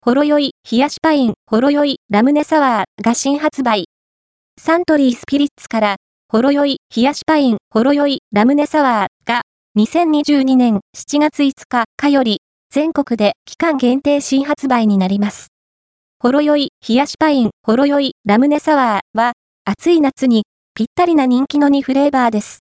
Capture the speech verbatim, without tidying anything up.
ほろ酔い冷やしパインほろ酔いラムネサワーが新発売。サントリースピリッツから、ほろ酔い冷やしパインほろ酔いラムネサワーが、にせんにじゅうにねんしちがついつかかより、全国で期間限定新発売になります。ほろ酔い冷やしパインほろ酔いラムネサワーは、暑い夏にぴったりな人気のにフレーバーです。